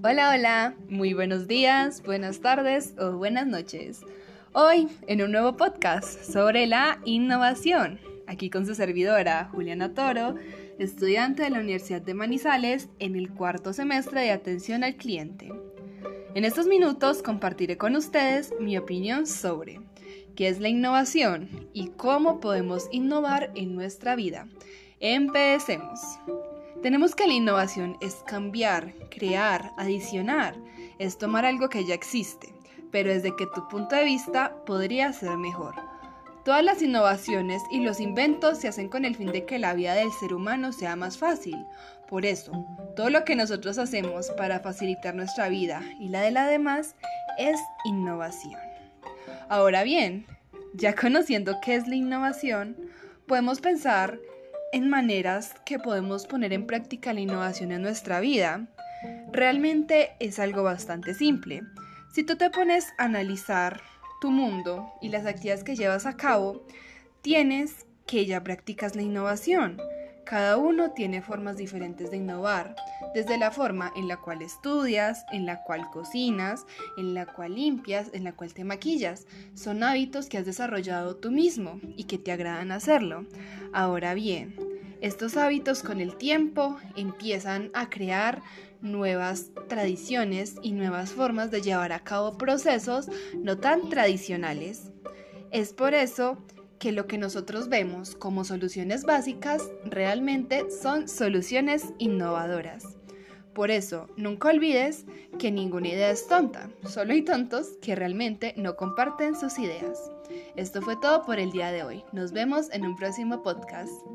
Hola, hola, muy buenos días, buenas tardes o buenas noches. Hoy en un nuevo podcast sobre la innovación, aquí con su servidora Juliana Toro, estudiante de la Universidad de Manizales en el cuarto semestre de atención al cliente. En estos minutos compartiré con ustedes mi opinión sobre qué es la innovación y cómo podemos innovar en nuestra vida. Empecemos. Tenemos que la innovación es cambiar, crear, adicionar, es tomar algo que ya existe, pero desde que tu punto de vista podría ser mejor. Todas las innovaciones y los inventos se hacen con el fin de que la vida del ser humano sea más fácil. Por eso, todo lo que nosotros hacemos para facilitar nuestra vida y la de la demás es innovación. Ahora bien, ya conociendo qué es la innovación, podemos pensar en maneras que podemos poner en práctica la innovación en nuestra vida. Realmente es algo bastante simple. Si tú te pones a analizar tu mundo y las actividades que llevas a cabo, tienes que ya practicas la innovación. Cada uno tiene formas diferentes de innovar, desde la forma en la cual estudias, en la cual cocinas, en la cual limpias, en la cual te maquillas. Son hábitos que has desarrollado tú mismo y que te agradan hacerlo. Ahora bien, estos hábitos con el tiempo empiezan a crear nuevas tradiciones y nuevas formas de llevar a cabo procesos no tan tradicionales. Es por eso que lo que nosotros vemos como soluciones básicas realmente son soluciones innovadoras. Por eso, nunca olvides que ninguna idea es tonta, solo hay tontos que realmente no comparten sus ideas. Esto fue todo por el día de hoy. Nos vemos en un próximo podcast.